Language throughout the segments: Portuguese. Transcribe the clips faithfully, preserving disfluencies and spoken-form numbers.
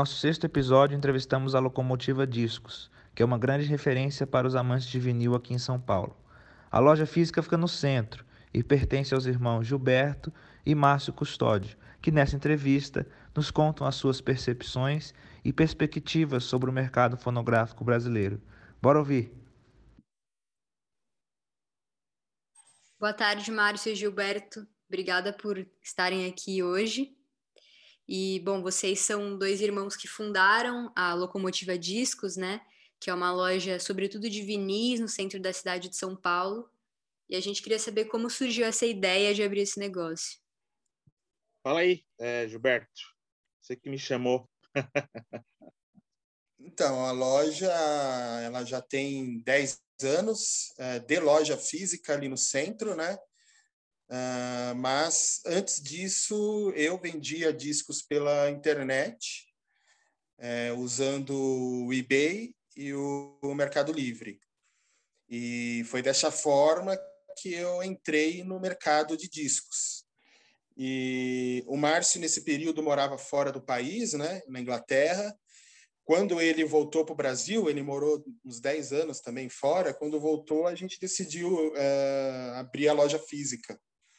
nosso sexto episódio, entrevistamos a Locomotiva Discos, que é uma grande referência para os amantes de vinil aqui em São Paulo. A loja física fica no centro e pertence aos irmãos Gilberto e Márcio Custódio, que nessa entrevista nos contam as suas percepções e perspectivas sobre o mercado fonográfico brasileiro. Bora ouvir! Boa tarde, Márcio e Gilberto. Obrigada por estarem aqui hoje. E, bom, vocês são dois irmãos que fundaram a Locomotiva Discos, né? Que é uma loja, sobretudo, de vinis no centro da cidade de São Paulo. E a gente queria saber como surgiu essa ideia de abrir esse negócio. Fala aí, é, Gilberto. Você que me chamou. Então, a loja ela já tem dez anos, é, de loja física ali no centro, né? Uh, mas antes disso eu vendia discos pela internet, é, usando o eBay e o, o Mercado Livre. E foi dessa forma que eu entrei no mercado de discos. E o Márcio, nesse período, morava fora do país, né, na Inglaterra. Quando ele voltou para o Brasil, ele morou uns dez anos também fora. Quando voltou, a gente decidiu uh, abrir a loja física.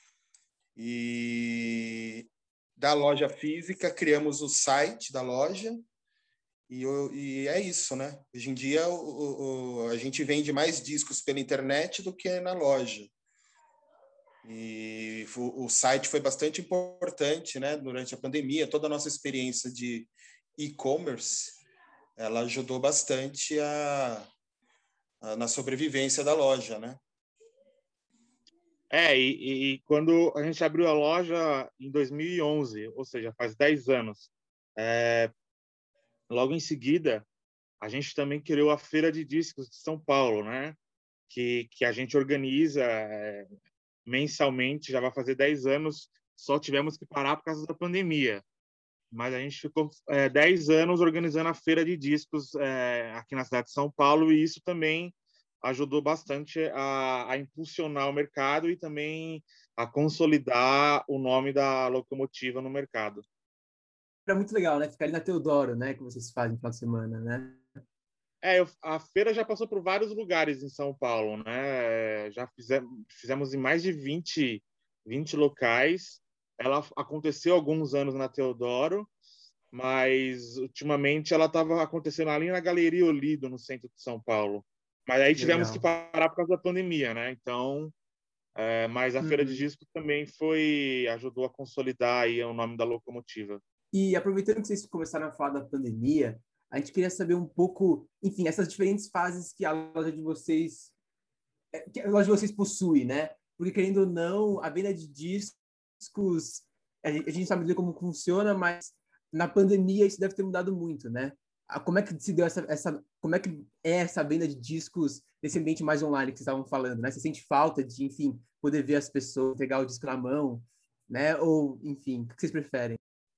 E da loja física criamos o site da loja e, e é isso, né? Hoje em dia o, o, a gente vende mais discos pela internet do que na loja. E o, o site foi bastante importante, né? Durante a pandemia, toda a nossa experiência de e-commerce, ela ajudou bastante a, a, na sobrevivência da loja, né? É, e, e quando a gente abriu a loja em dois mil e onze, ou seja, faz dez anos, é, logo em seguida, a gente também criou a Feira de Discos de São Paulo, né? Que, que a gente organiza é, mensalmente, já vai fazer dez anos, só tivemos que parar por causa da pandemia. Mas a gente ficou é, dez anos organizando a Feira de Discos é, aqui na cidade de São Paulo, e isso também ajudou bastante a, a impulsionar o mercado e também a consolidar o nome da Locomotiva no mercado. É muito legal, né? Ficar ali na Teodoro, né? Que vocês fazem no final de semana, né? É, eu, a feira já passou por vários lugares em São Paulo, né? Já fizemos, fizemos em mais de vinte, vinte locais. Ela aconteceu alguns anos na Teodoro, mas ultimamente ela estava acontecendo ali na Galeria Olido, no centro de São Paulo. Mas aí tivemos Legal. que parar por causa da pandemia, né? Então, é, mas a Uhum. Feira de Disco também foi, ajudou a consolidar aí o nome da Locomotiva. E aproveitando que vocês começaram a falar da pandemia, a gente queria saber um pouco, enfim, essas diferentes fases que a loja de vocês, que a loja de vocês possui, né? Porque, querendo ou não, a venda de discos, a gente, a gente sabe dizer como funciona, mas na pandemia isso deve ter mudado muito, né? Como é que se deu essa, essa como é que é essa venda de discos nesse ambiente mais online que vocês estavam falando, né? Você sente falta de, enfim, poder ver as pessoas, pegar o disco na mão, né? Ou, enfim, o que vocês preferem?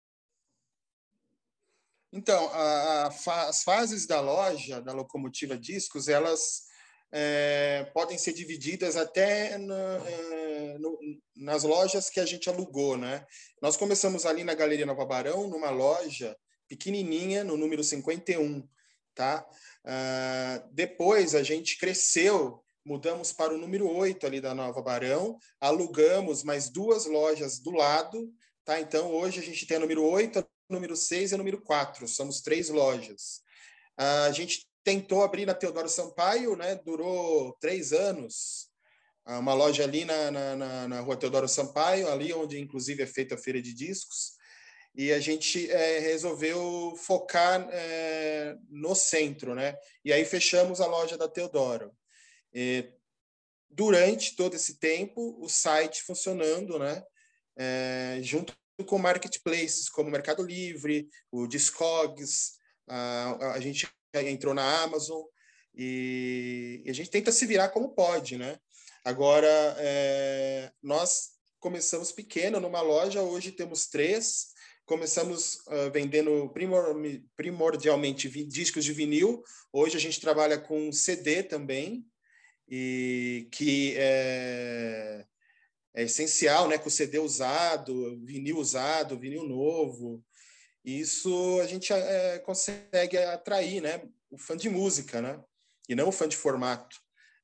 Então, a, a fa, as fases da loja, da Locomotiva Discos, elas é, podem ser divididas até na, é, no, nas lojas que a gente alugou, né? Nós começamos ali na Galeria Nova Barão, numa loja pequenininha, no número cinquenta e um, tá? Uh, depois a gente cresceu, mudamos para o número oito ali da Nova Barão, alugamos mais duas lojas do lado, tá? Então, hoje a gente tem a número oito, número seis e número quatro, somos três lojas. A gente tentou abrir na Teodoro Sampaio, né? Durou três anos, uma loja ali na, na, na rua Teodoro Sampaio, ali onde inclusive é feita a feira de discos, e a gente é, resolveu focar é, no centro, né? E aí fechamos a loja da Teodoro. E, durante todo esse tempo, o site funcionando, né? É, junto com marketplaces como o Mercado Livre, o Discogs, a, a gente entrou na Amazon e, e a gente tenta se virar como pode, né? Agora, é, nós começamos pequeno numa loja, hoje temos três, começamos uh, vendendo primor, primordialmente vi, discos de vinil, hoje a gente trabalha com C D também, e que é, é essencial, né, com o C D usado, vinil usado, vinil novo. E isso a gente é, consegue atrair, né, o fã de música, né, e não o fã de formato.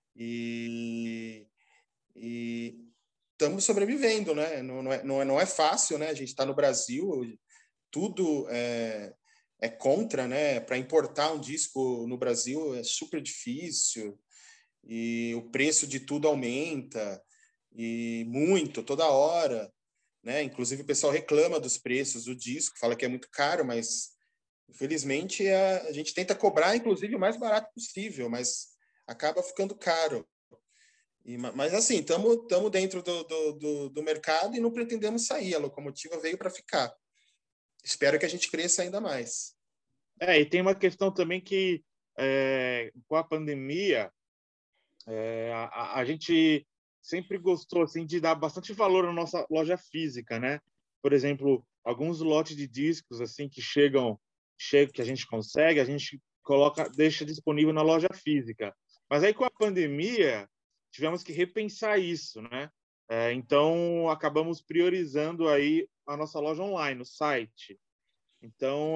E, e estamos sobrevivendo, né? Não, não, é, não, é, não é fácil, né? A gente está no Brasil, tudo é, é contra, né? Para importar um disco no Brasil é super difícil e o preço de tudo aumenta e muito, toda hora, né? Inclusive o pessoal reclama dos preços do disco, fala que é muito caro, mas infelizmente a, a gente tenta cobrar, inclusive, o mais barato possível, mas acaba ficando caro. E, mas assim, estamos dentro do, do, do, do mercado e não pretendemos sair. A Locomotiva veio para ficar. Espero que a gente cresça ainda mais. É, e tem uma questão também que, é, com a pandemia, é, a, a gente sempre gostou assim, de dar bastante valor na nossa loja física, né? Por exemplo, alguns lotes de discos assim que chegam, chegam que a gente consegue, a gente coloca, deixa disponível na loja física. Mas aí com a pandemia tivemos que repensar isso, né? É, então acabamos priorizando aí a nossa loja online, o site. Então,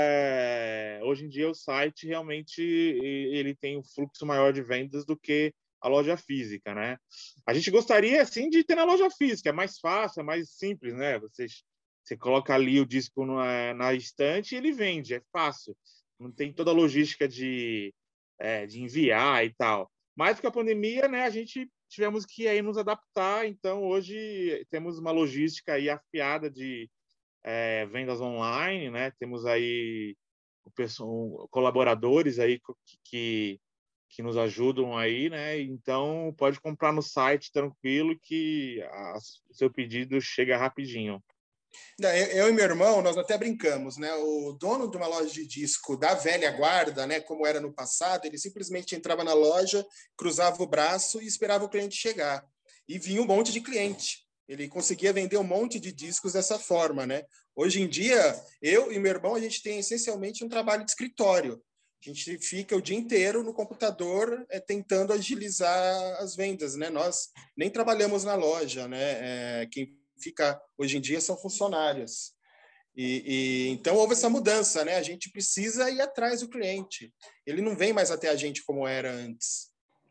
é, hoje em dia o site realmente ele tem um fluxo maior de vendas do que a loja física, né? A gente gostaria, assim, de ter na loja física, é mais fácil, é mais simples, né? Você, você coloca ali o disco na, na estante e ele vende, é fácil. Não tem toda a logística de, é, de enviar e tal. Mas com a pandemia, né, a gente tivemos que aí nos adaptar, então hoje temos uma logística aí afiada de É, vendas online, né? Temos aí o pessoal, colaboradores aí que, que nos ajudam aí, né? Então pode comprar no site tranquilo que o seu pedido chega rapidinho. Eu e meu irmão, nós até brincamos, né? O dono de uma loja de disco da velha guarda, né? Como era no passado, ele simplesmente entrava na loja, cruzava o braço e esperava o cliente chegar. E vinha um monte de cliente. Ele conseguia vender um monte de discos dessa forma, né? Hoje em dia, eu e meu irmão, a gente tem essencialmente um trabalho de escritório. A gente fica o dia inteiro no computador é, tentando agilizar as vendas, né? Nós nem trabalhamos na loja, né? É, quem fica hoje em dia são funcionários. E, e então houve essa mudança, né? A gente precisa ir atrás do cliente. Ele não vem mais até a gente como era antes.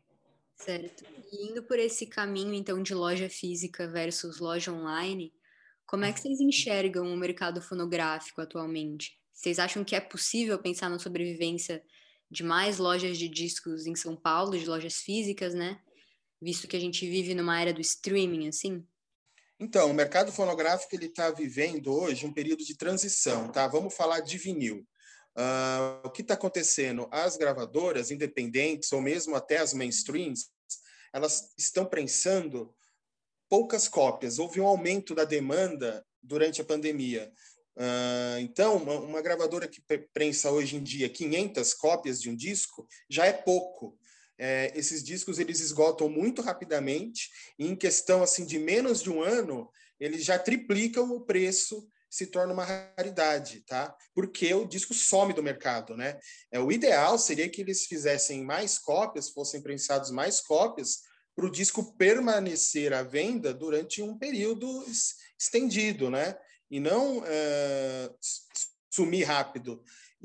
Certo. E indo por esse caminho, então, de loja física versus loja online, como é que vocês enxergam o mercado fonográfico atualmente? Vocês acham que é possível pensar na sobrevivência de mais lojas de discos em São Paulo, de lojas físicas, né? Visto que a gente vive numa era do streaming, assim? Então, o mercado fonográfico ele está vivendo hoje um período de transição, tá? Vamos falar de vinil. Uh, o que está acontecendo? As gravadoras independentes ou mesmo até as mainstreams, elas estão prensando poucas cópias. Houve um aumento da demanda durante a pandemia. Uh, então, uma, uma gravadora que prensa hoje em dia quinhentas cópias de um disco já é pouco. É, esses discos eles esgotam muito rapidamente e em questão assim de menos de um ano eles já triplicam o preço, se torna uma raridade, tá? Porque o disco some do mercado, né? É, o ideal seria que eles fizessem mais cópias, fossem prensados mais cópias para o disco permanecer à venda durante um período estendido, né? E não é, sumir rápido.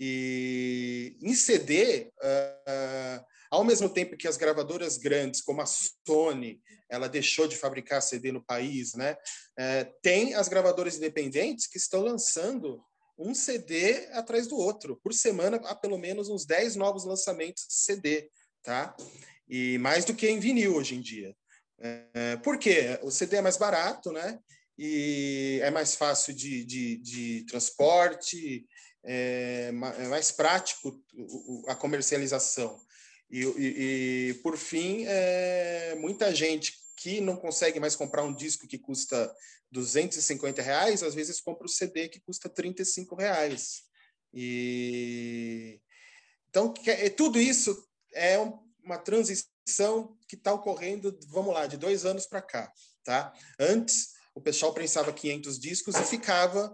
E em C D, uh, ao mesmo tempo que as gravadoras grandes, como a Sony, ela deixou de fabricar C D no país, né? Uh, tem as gravadoras independentes que estão lançando um C D atrás do outro. Por semana, há pelo menos uns dez novos lançamentos de C D, tá? E mais do que em vinil hoje em dia. Uh, por quê? O C D é mais barato, né? E é mais fácil de, de, de transporte, é mais prático a comercialização. E, e, e por fim, é, muita gente que não consegue mais comprar um disco que custa duzentos e cinquenta reais, às vezes compra o C D que custa trinta e cinco reais. E... Então, tudo isso é uma transição que está ocorrendo, vamos lá, de dois anos para cá. Tá? Antes, o pessoal prensava quinhentos discos e ficava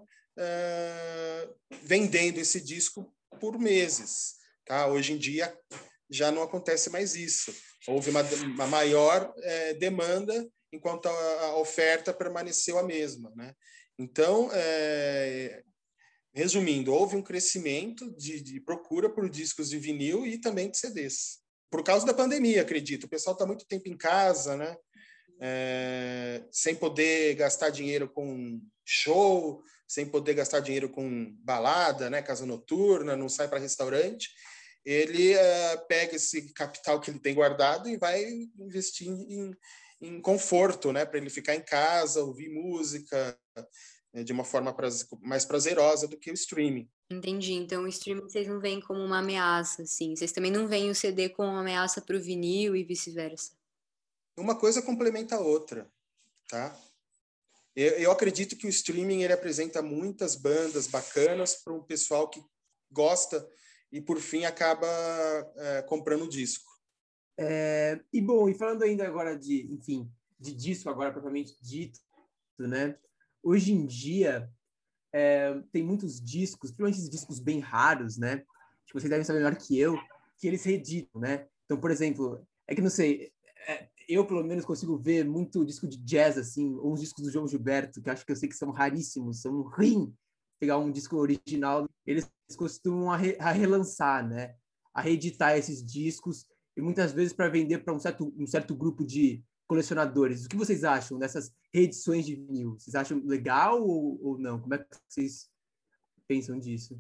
uh, vendendo esse disco por meses. Tá? Hoje em dia já não acontece mais isso. Houve uma, uma maior eh, demanda, enquanto a, a oferta permaneceu a mesma. Né? Então, eh, resumindo, houve um crescimento de, de procura por discos de vinil e também de C Ds. Por causa da pandemia, acredito. O pessoal está muito tempo em casa, né? É, sem poder gastar dinheiro com show, sem poder gastar dinheiro com balada, né? Casa noturna, não sai para restaurante. Ele é, pega esse capital que ele tem guardado e vai investir em, em conforto, né? Para ele ficar em casa, ouvir música, de uma forma mais prazerosa do que o streaming. Entendi. Então, o streaming vocês não veem como uma ameaça, assim. Vocês também não veem o C D como uma ameaça para o vinil e vice-versa. Uma coisa complementa a outra, tá? Eu, eu acredito que o streaming ele apresenta muitas bandas bacanas para um pessoal que gosta e, por fim, acaba é, comprando o disco. É, e, bom, e falando ainda agora de, enfim, de disco agora propriamente dito, né? Hoje em dia, é, tem muitos discos, principalmente esses discos bem raros, né? Acho que vocês devem saber melhor que eu, que eles reeditam, né? Então, por exemplo, é que não sei, é, eu pelo menos consigo ver muito disco de jazz, assim, ou uns discos do João Gilberto, que acho que eu sei que são raríssimos, são ruins. Pegar um disco original, eles costumam a, re, a relançar, né? A reeditar esses discos, e muitas vezes para vender para um certo, um certo grupo de colecionadores. O que vocês acham dessas reedições de vinil? Vocês acham legal ou, ou não? Como é que vocês pensam disso?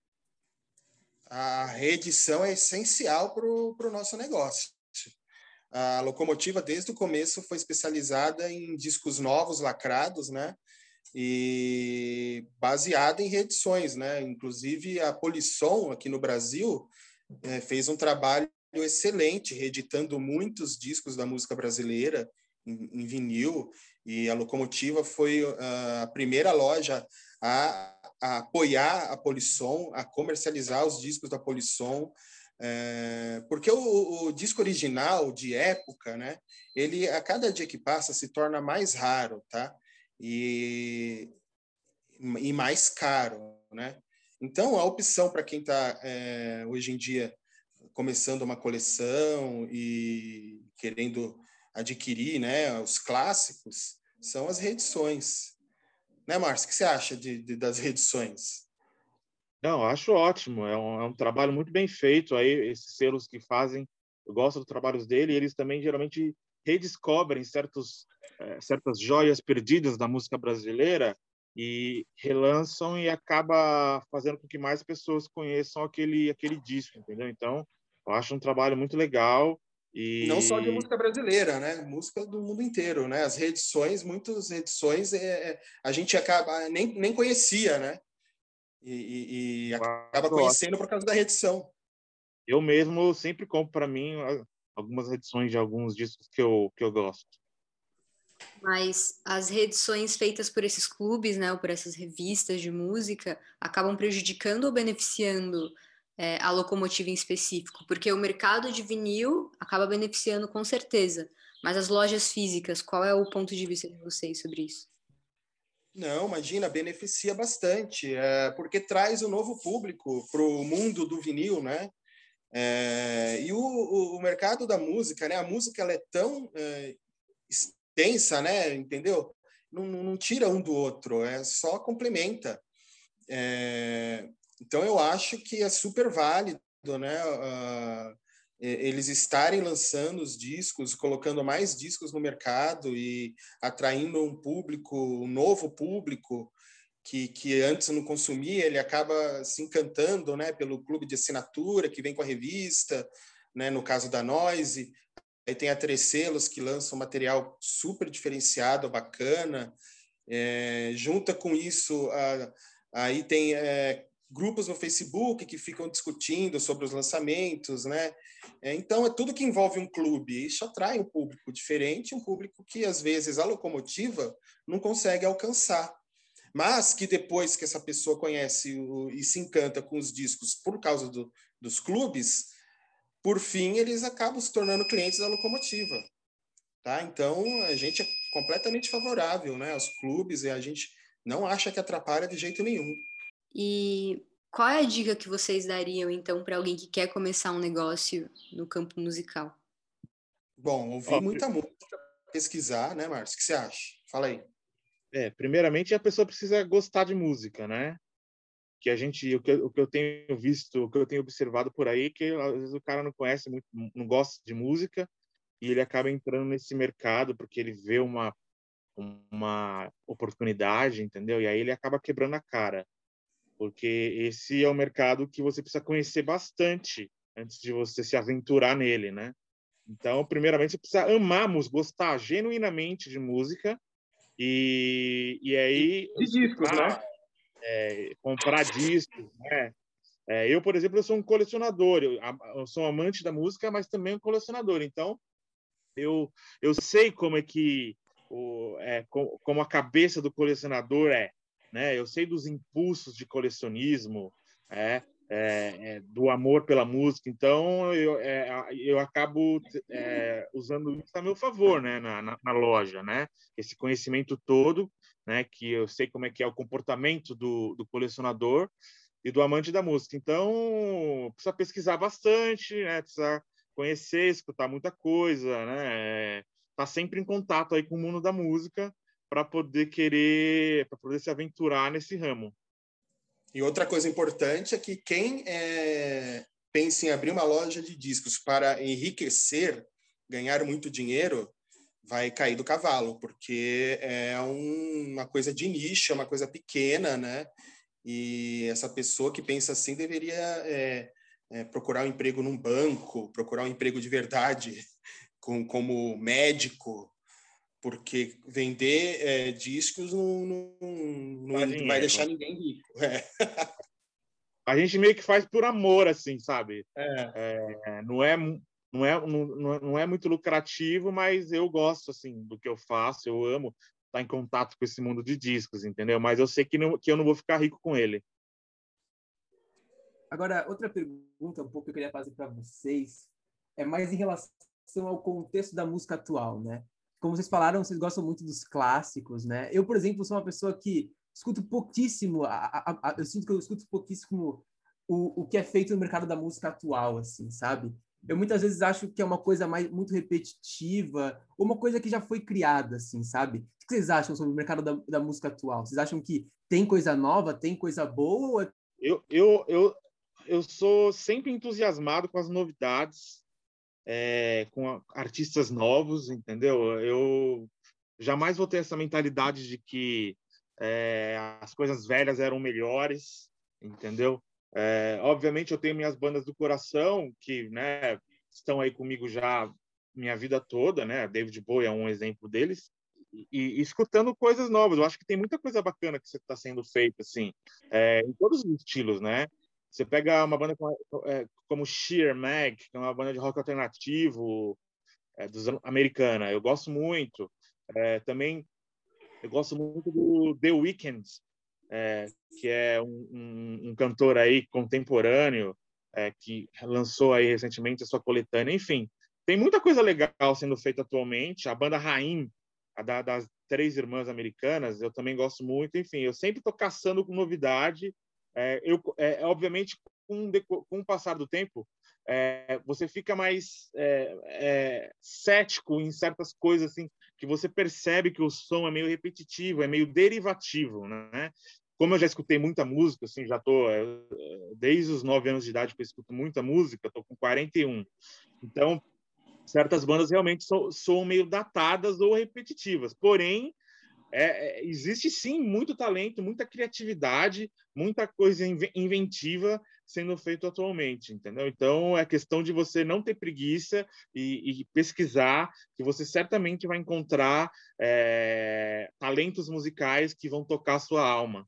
A reedição é essencial para o nosso negócio. A Locomotiva, desde o começo, foi especializada em discos novos, lacrados, né? E baseada em reedições, né? Inclusive, a Polisson, aqui no Brasil, é, fez um trabalho excelente, reeditando muitos discos da música brasileira em, em vinil, e a Locomotiva foi uh, a primeira loja a, a apoiar a Polisson, a comercializar os discos da Polisson, é, porque o, o disco original de época, né, ele a cada dia que passa se torna mais raro, tá? E, e mais caro, né? Então, a opção para quem está é, hoje em dia começando uma coleção e querendo adquirir, né, os clássicos, são as reedições. Né, Márcio? O que você acha de, de, das reedições? Não, acho ótimo. É um, é um trabalho muito bem feito. Aí, esses selos que fazem, eu gosto dos trabalhos dele, e eles também geralmente redescobrem certos, é, certas joias perdidas da música brasileira e relançam e acaba fazendo com que mais pessoas conheçam aquele, aquele disco, entendeu? Então, eu acho um trabalho muito legal. E não só de música brasileira, né? Música do mundo inteiro, né? As reedições, muitas reedições, é, a gente acaba nem, nem conhecia, né? E, e, e acaba conhecendo por causa da reedição. Eu mesmo sempre compro para mim algumas reedições de alguns discos que eu, que eu gosto. Mas as reedições feitas por esses clubes, né, ou por essas revistas de música, acabam prejudicando ou beneficiando é, a Locomotiva em específico? Porque o mercado de vinil acaba beneficiando com certeza, mas as lojas físicas, qual é o ponto de vista de vocês sobre isso? Não, imagina, beneficia bastante, é, porque traz um novo público para o mundo do vinil, né? É, e o, o, o mercado da música, né? A música ela é tão é, extensa, né? Entendeu? Não, não tira um do outro, é só complementa. É, então eu acho que é super válido, né? Uh, eles estarem lançando os discos, colocando mais discos no mercado e atraindo um público, um novo público que, que antes não consumia, ele acaba se encantando, né, pelo clube de assinatura que vem com a revista, né, no caso da Noise. Aí tem a Três Selos, que lança um material super diferenciado, bacana. É, junta com isso, a, aí tem é, grupos no Facebook que ficam discutindo sobre os lançamentos, né? É, então, é tudo que envolve um clube. Isso atrai um público diferente, um público que, às vezes, a Locomotiva não consegue alcançar. Mas que depois que essa pessoa conhece o, e se encanta com os discos por causa do, dos clubes, por fim, eles acabam se tornando clientes da Locomotiva. Tá? Então, a gente é completamente favorável, né, aos clubes e a gente não acha que atrapalha de jeito nenhum. E qual é a dica que vocês dariam, então, para alguém que quer começar um negócio no campo musical? Bom, ouvir muita música, pesquisar, né, Márcio? O que você acha? Fala aí. É, primeiramente, a pessoa precisa gostar de música, né? que a gente, o que, eu, o que eu tenho visto, o que eu tenho observado por aí, que às vezes o cara não conhece muito, não gosta de música, e ele acaba entrando nesse mercado porque ele vê uma uma oportunidade, entendeu? E aí ele acaba quebrando a cara, porque esse é o mercado que você precisa conhecer bastante antes de você se aventurar nele, né? Então, primeiramente, você precisa amar música, gostar genuinamente de música, e, e aí De discos, né? é, comprar discos, né? É, eu, por exemplo, eu sou um colecionador, eu, eu sou um amante da música, mas também um colecionador. Então, eu, eu sei como é que o, é, com, como a cabeça do colecionador é, né? Eu sei dos impulsos de colecionismo, é, é, é, do amor pela música. Então, eu, é, eu acabo é, usando isso a meu favor, né? Na, na, na loja, né? Esse conhecimento todo, né? Que eu sei como é que é o comportamento do, do colecionador e do amante da música. Então, precisa pesquisar bastante, né? Precisa conhecer, escutar muita coisa, né? Tá sempre em contato aí com o mundo da música para poder querer, para poder se aventurar nesse ramo. E outra coisa importante é que quem é, pensa em abrir uma loja de discos para enriquecer, ganhar muito dinheiro, vai cair do cavalo, porque é um, uma coisa de nicho, é uma coisa pequena, né? E essa pessoa que pensa assim deveria é, é, procurar um emprego num banco, procurar um emprego de verdade, com, como médico, porque vender é, discos não, não, não, não vai deixar ninguém rico. É. A gente meio que faz por amor, assim, sabe? É. É, não é não é não, não é muito lucrativo, mas eu gosto assim do que eu faço, eu amo estar em contato com esse mundo de discos, entendeu? Mas eu sei que não, que eu não vou ficar rico com ele. Agora, outra pergunta um pouco que eu queria fazer para vocês é mais em relação ao contexto da música atual, né? Como vocês falaram, vocês gostam muito dos clássicos, né? Eu, por exemplo, sou uma pessoa que escuto pouquíssimo, a, a, a, eu sinto que eu escuto pouquíssimo o, o que é feito no mercado da música atual, assim, sabe? Eu muitas vezes acho que é uma coisa mais, muito repetitiva, ou uma coisa que já foi criada, assim, sabe? O que vocês acham sobre o mercado da, da música atual? Vocês acham que tem coisa nova, tem coisa boa? Ou é... eu, eu, eu, eu sou sempre entusiasmado com as novidades, é, com artistas novos, entendeu? Eu jamais vou ter essa mentalidade de que é, as coisas velhas eram melhores, entendeu? É, obviamente eu tenho minhas bandas do coração que, né, estão aí comigo já minha vida toda, né? David Bowie é um exemplo deles. E, e escutando coisas novas, eu acho que tem muita coisa bacana que está sendo feita, assim, é, em todos os estilos, né? Você pega uma banda como, é, como Sheer Mag, que é uma banda de rock alternativo é, dos, americana, eu gosto muito. É, também eu gosto muito do The Weeknd, é, que é um, um, um cantor aí contemporâneo, é, que lançou aí recentemente a sua coletânea. Enfim, tem muita coisa legal sendo feita atualmente. A banda Raim, a da, das três irmãs americanas, eu também gosto muito. Enfim, eu sempre estou caçando com novidade. É, eu, é, obviamente, com, com o passar do tempo, é, você fica mais é, é, cético em certas coisas, assim, que você percebe que o som é meio repetitivo, é meio derivativo, né? Como eu já escutei muita música, assim, já tô desde os nove anos de idade que eu escuto muita música, tô com quarenta e um. Então, certas bandas realmente são, são meio datadas ou repetitivas. Porém, é, é, existe sim muito talento, muita criatividade, muita coisa inventiva sendo feito atualmente, entendeu? Então é questão de você não ter preguiça e, e pesquisar, que você certamente vai encontrar é, talentos musicais que vão tocar a sua alma.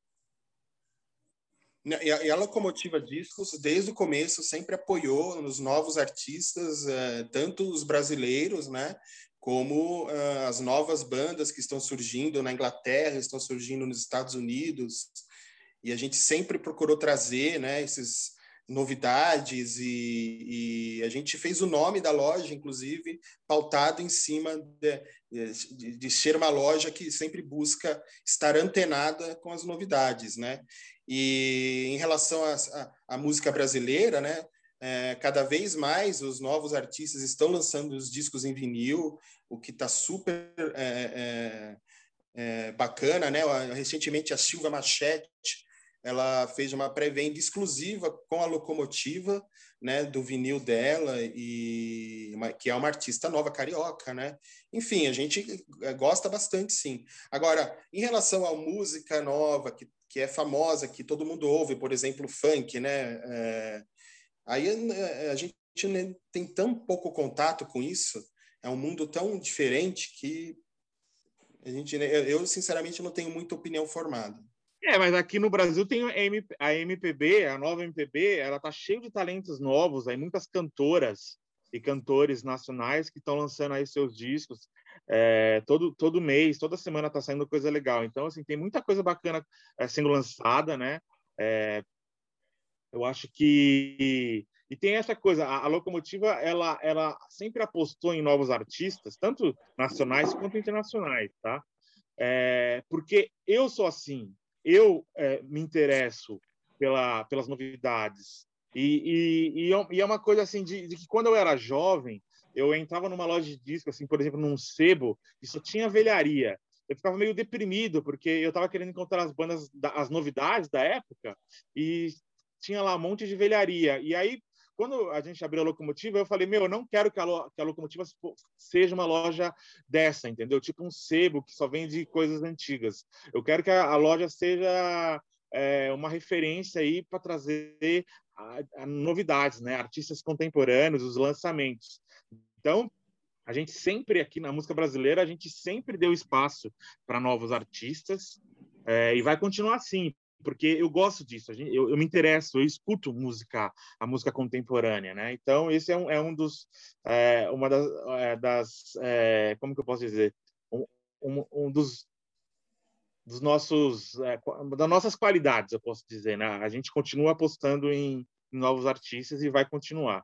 E a, e a Locomotiva Discos, desde o começo, sempre apoiou nos novos artistas, eh, tanto os brasileiros, né, como uh, as novas bandas que estão surgindo na Inglaterra, estão surgindo nos Estados Unidos, e a gente sempre procurou trazer, né, essas novidades, e, e a gente fez o nome da loja, inclusive, pautado em cima de, de, de ser uma loja que sempre busca estar antenada com as novidades, né? E em relação à música brasileira, né, é, cada vez mais os novos artistas estão lançando os discos em vinil, o que está super é, é, é, bacana, né? Recentemente a Silva Machete ela fez uma pré-venda exclusiva com a Locomotiva, né, do vinil dela, e uma, que é uma artista nova, carioca, né? Enfim, a gente gosta bastante, sim. Agora, em relação à música nova, que, que é famosa, que todo mundo ouve, por exemplo, funk, né? É, aí a gente tem tão pouco contato com isso, é um mundo tão diferente que a gente, eu, sinceramente, não tenho muita opinião formada. É, mas aqui no Brasil tem a, M, a M P B, a nova M P B, ela tá cheia de talentos novos, aí muitas cantoras e cantores nacionais que estão lançando aí seus discos é, todo, todo mês, toda semana tá saindo coisa legal. Então, assim, tem muita coisa bacana é, sendo lançada, né? É, eu acho que... E tem essa coisa, a, a Locomotiva, ela, ela sempre apostou em novos artistas, tanto nacionais quanto internacionais, tá? É, porque eu sou assim, eu é, me interesso pela, pelas novidades. E, e, e é uma coisa assim, de, de que quando eu era jovem, eu entrava numa loja de disco, assim, por exemplo, num sebo, e só tinha velharia. Eu ficava meio deprimido, porque eu estava querendo encontrar as bandas, as novidades da época, e tinha lá um monte de velharia. E aí, quando a gente abriu a Locomotiva, eu falei, meu, eu não quero que a, lo, que a Locomotiva seja uma loja dessa, entendeu? Tipo um sebo que só vende coisas antigas. Eu quero que a, a loja seja é, uma referência aí para trazer a, a novidades, né? Artistas contemporâneos, os lançamentos. Então, a gente sempre, aqui na música brasileira, a gente sempre deu espaço para novos artistas é, e vai continuar assim, porque eu gosto disso, eu, eu me interesso, eu escuto música, a música contemporânea, né? Então, esse é um, é um dos, é, uma das, é, das é, como que eu posso dizer, um, um, um dos, dos nossos, é, das nossas qualidades, eu posso dizer, né? A gente continua apostando em, em novos artistas e vai continuar.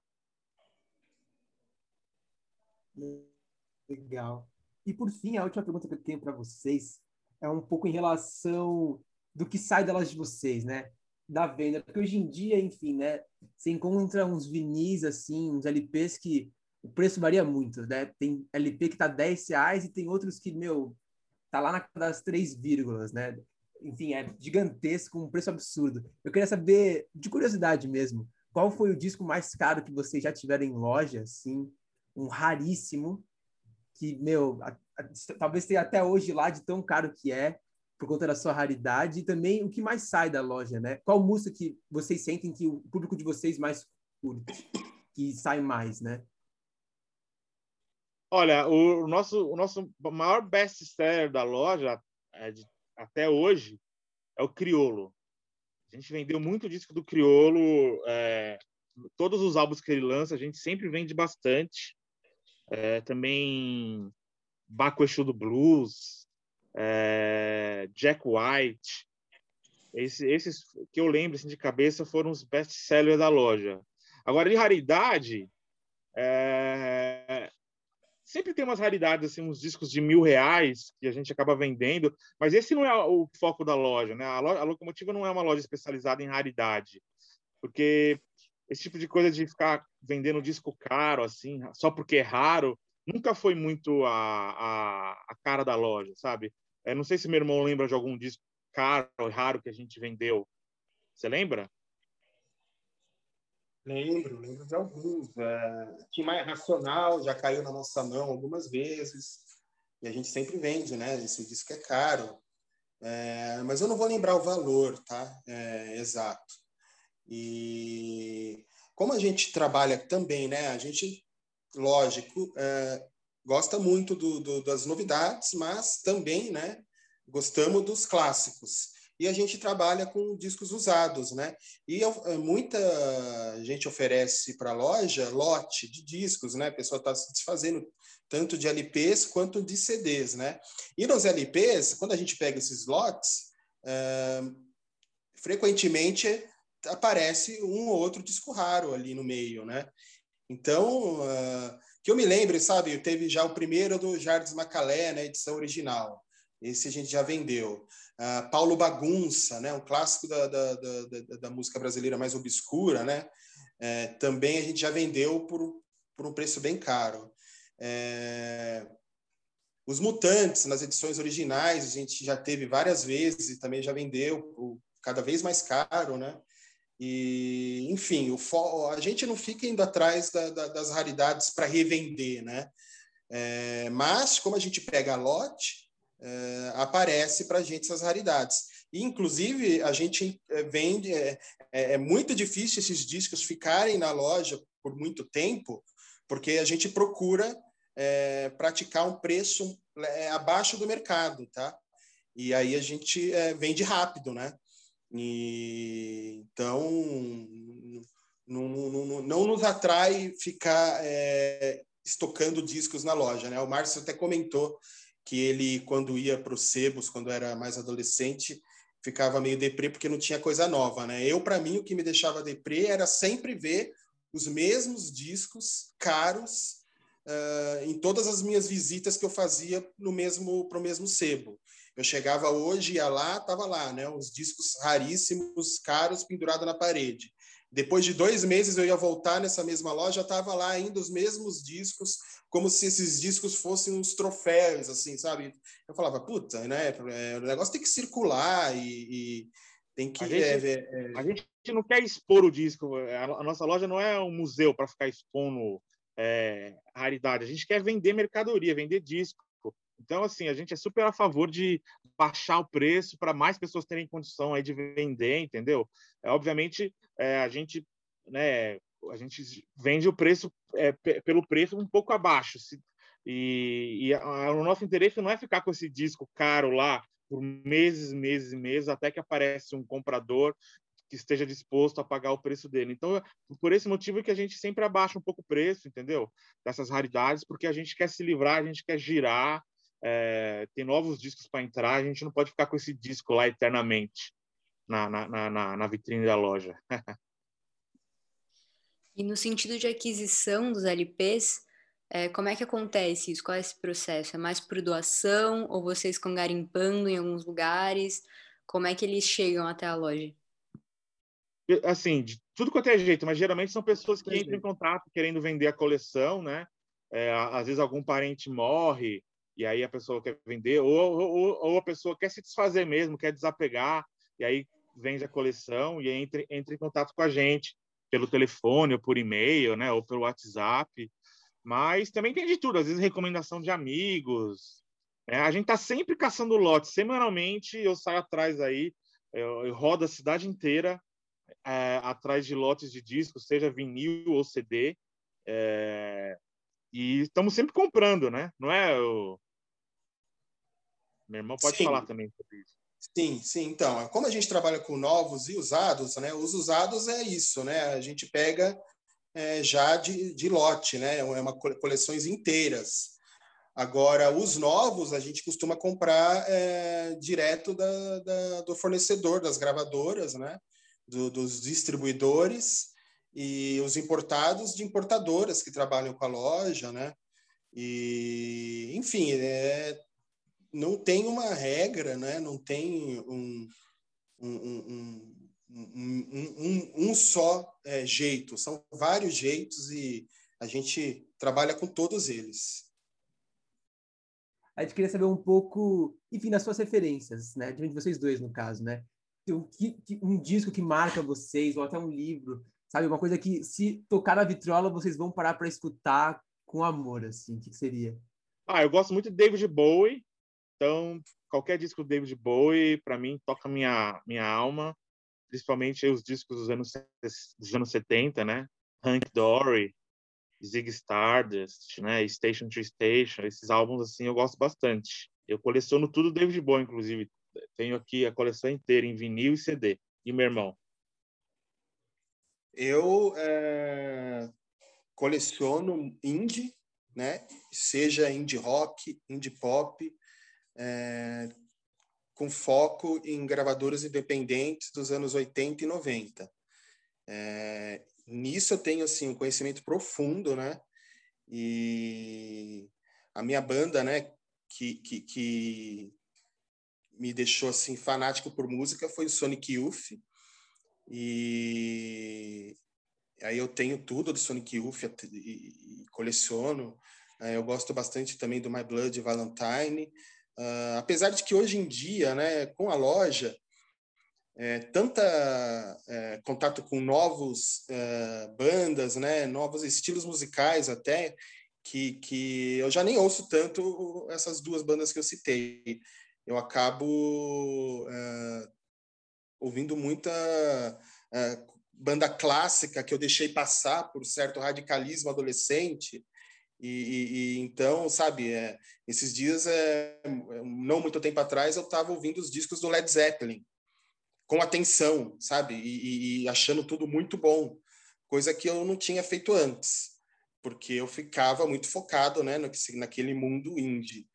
Legal. E por fim, a última pergunta que eu tenho para vocês é um pouco em relação do que sai da loja de vocês, né? Da venda. Porque hoje em dia, enfim, né? Você encontra uns vinis, assim, uns L Ps que o preço varia muito, né? Tem L P que tá dez reais e tem outros que, meu, tá lá na das três vírgulas, né? Enfim, é gigantesco, um preço absurdo. Eu queria saber, de curiosidade mesmo, qual foi o disco mais caro que vocês já tiveram em loja, assim, um raríssimo, que, meu, a, a, talvez tenha até hoje lá de tão caro que é, por conta da sua raridade, e também o que mais sai da loja, né? Qual música que vocês sentem que o público de vocês mais curte, que sai mais, né? Olha, o nosso, o nosso maior best-seller da loja é de, até hoje é o Criolo. A gente vendeu muito disco do Criolo, é, todos os álbuns que ele lança, a gente sempre vende bastante. É, também Baco Exu do Blues, é, Jack White. Esse, esses que eu lembro assim, de cabeça foram os best-sellers da loja. Agora, de raridade, é, sempre tem umas raridades, assim, uns discos de mil reais que a gente acaba vendendo, mas esse não é o foco da loja, né? A, loja, a Locomotiva não é uma loja especializada em raridade, porque esse tipo de coisa de ficar vendendo disco caro, assim, só porque é raro, nunca foi muito a, a, a cara da loja, sabe? Eu não sei se meu irmão lembra de algum disco caro, raro que a gente vendeu. Você lembra? Lembro, lembro de alguns. É, Tim Maia Racional já caiu na nossa mão algumas vezes. E a gente sempre vende, né? Esse disco é caro. É, mas eu não vou lembrar o valor, tá? É, exato. E como a gente trabalha também, né? A gente, lógico, é, gosta muito do, do, das novidades, mas também, né? Gostamos dos clássicos. E a gente trabalha com discos usados, né? E muita gente oferece para a loja lote de discos, né? A pessoa está se desfazendo tanto de L Ps quanto de C Ds, né? E nos L Ps, quando a gente pega esses lotes, é, frequentemente aparece um ou outro disco raro ali no meio, né? Então, uh, que eu me lembre, sabe? Teve já o primeiro do Jardim Macalé, né? Edição original. Esse a gente já vendeu. Uh, Paulo Bagunça, né? Um clássico da, da, da, da música brasileira mais obscura, né? É, também a gente já vendeu por, por um preço bem caro. É... Os Mutantes, nas edições originais, a gente já teve várias vezes e também já vendeu. O cada vez mais caro, né? E, enfim, o, a gente não fica indo atrás da, da, das raridades para revender, né? É, mas, como a gente pega a lote, é, aparece para a gente essas raridades. E, inclusive, a gente vende... É, é muito difícil esses discos ficarem na loja por muito tempo, porque a gente procura é, praticar um preço é, abaixo do mercado, tá? E aí a gente é, vende rápido, né? E, então, não, não, não nos atrai ficar é, estocando discos na loja, né? O Márcio até comentou que ele, quando ia para os sebos, quando era mais adolescente, ficava meio deprê porque não tinha coisa nova, né? Eu, para mim, o que me deixava deprê era sempre ver os mesmos discos caros uh, em todas as minhas visitas que eu fazia no mesmo, para o mesmo sebo. Eu chegava hoje, ia lá, estava lá, né? Os discos raríssimos, caros, pendurados na parede. Depois de dois meses eu ia voltar nessa mesma loja, estava lá ainda os mesmos discos, como se esses discos fossem uns troféus, assim, sabe? Eu falava, puta, né? O negócio tem que circular e, e tem que... A gente, é, é... a gente não quer expor o disco. A nossa loja não é um museu para ficar expondo é, raridade. A gente quer vender mercadoria, vender disco. Então, assim, a gente é super a favor de baixar o preço para mais pessoas terem condição aí de vender, entendeu? É, obviamente, é, a gente, né, a gente vende o preço é, pelo preço um pouco abaixo. Se, e, e a, o nosso interesse não é ficar com esse disco caro lá por meses, meses e meses, até que aparece um comprador que esteja disposto a pagar o preço dele. Então, por esse motivo que a gente sempre abaixa um pouco o preço, entendeu? Dessas raridades, porque a gente quer se livrar, a gente quer girar, é, tem novos discos para entrar, a gente não pode ficar com esse disco lá eternamente na, na, na, na vitrine da loja. E no sentido de aquisição dos L Ps, é, como é que acontece isso? Qual é esse processo? É mais por doação ou vocês ficam garimpando em alguns lugares? Como é que eles chegam até a loja? Assim, de tudo quanto é jeito, mas geralmente são pessoas que entram em contato querendo vender a coleção, né? É, às vezes algum parente morre e aí a pessoa quer vender, ou, ou, ou a pessoa quer se desfazer mesmo, quer desapegar, e aí vende a coleção e entra, entra em contato com a gente pelo telefone, ou por e-mail, né? Ou pelo WhatsApp. Mas também tem de tudo, às vezes recomendação de amigos. Né? A gente está sempre caçando lotes. Semanalmente eu saio atrás aí, eu, eu rodo a cidade inteira é, atrás de lotes de discos, seja vinil ou C D. É, e estamos sempre comprando, né? Não é o... Meu irmão pode Sim. falar também sobre isso. Sim, sim. Então, como a gente trabalha com novos e usados, né? Os usados é isso, né? A gente pega é, já de, de lote, né? É uma coleções inteiras. Agora, os novos a gente costuma comprar é, direto da, da, do fornecedor, das gravadoras, né? Do, dos distribuidores e os importados de importadoras que trabalham com a loja, né? E, enfim, é, não tem uma regra, né? Não tem um, um, um, um, um, um só é, jeito. São vários jeitos e a gente trabalha com todos eles. A gente queria saber um pouco, enfim, das suas referências, né? De vocês dois, no caso, né? Um disco que marca vocês, ou até um livro, sabe? Uma coisa que, se tocar na vitrola, vocês vão parar para escutar com amor, assim. O que seria? Ah, eu gosto muito de David Bowie. Então, qualquer disco do David Bowie, para mim, toca minha, minha alma. Principalmente os discos dos anos, dos anos setenta, né? Hank Dory, Ziggy Stardust, né? Station to Station. Esses álbuns, assim, eu gosto bastante. Eu coleciono tudo do David Bowie, inclusive. Tenho aqui a coleção inteira em vinil e C D. E meu irmão? Eu é, coleciono indie, né? Seja indie rock, indie pop, é, com foco em gravadoras independentes dos anos oitenta e noventa. É, nisso eu tenho assim um conhecimento profundo, né? E a minha banda, né, que, que, que me deixou assim fanático por música foi o Sonic Youth. E aí eu tenho tudo do Sonic Youth e, e coleciono. Eu gosto bastante também do My Blood Valentine. Uh, apesar de que hoje em dia, né, com a loja, é, tanta é, contato com novos é, bandas, né, novos estilos musicais até, que, que eu já nem ouço tanto essas duas bandas que eu citei. Eu acabo é, ouvindo muita é, banda clássica que eu deixei passar por certo radicalismo adolescente. E, e, e então, sabe, é, esses dias, é, não muito tempo atrás, eu estava ouvindo os discos do Led Zeppelin com atenção, sabe, e, e achando tudo muito bom, coisa que eu não tinha feito antes, porque eu ficava muito focado, né, no, naquele mundo indie.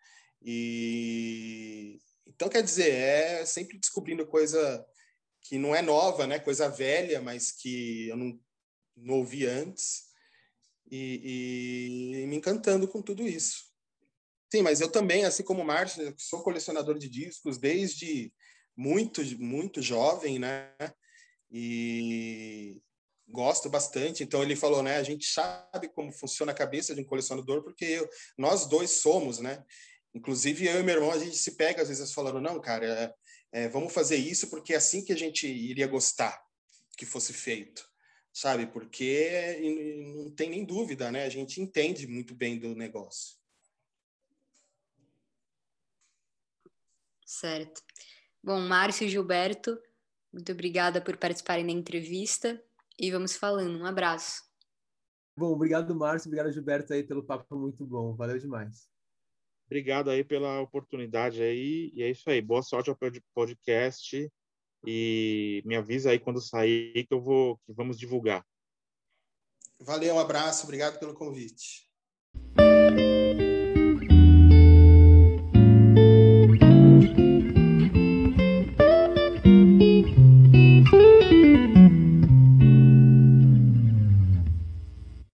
E então, quer dizer, é sempre descobrindo coisa que não é nova, né, coisa velha, mas que eu não, não ouvi antes. E, e me encantando com tudo isso. Sim, mas eu também, assim como o Márcio, sou colecionador de discos desde muito, muito jovem, né? E gosto bastante. Então ele falou, né? A gente sabe como funciona a cabeça de um colecionador, porque eu, nós dois somos, né? Inclusive eu e meu irmão, a gente se pega às vezes falando, não, cara, é, é, vamos fazer isso porque é assim que a gente iria gostar que fosse feito. Sabe, porque não tem nem dúvida, né? A gente entende muito bem do negócio. Certo. Bom, Márcio e Gilberto, muito obrigada por participarem da entrevista e vamos falando. Um abraço. Bom, obrigado, Márcio, obrigado, Gilberto, aí pelo papo muito bom. Valeu demais. Obrigado aí pela oportunidade aí. E é isso aí. Boa sorte ao podcast. E me avisa aí quando sair que eu vou, que vamos divulgar. Valeu, um abraço, obrigado pelo convite.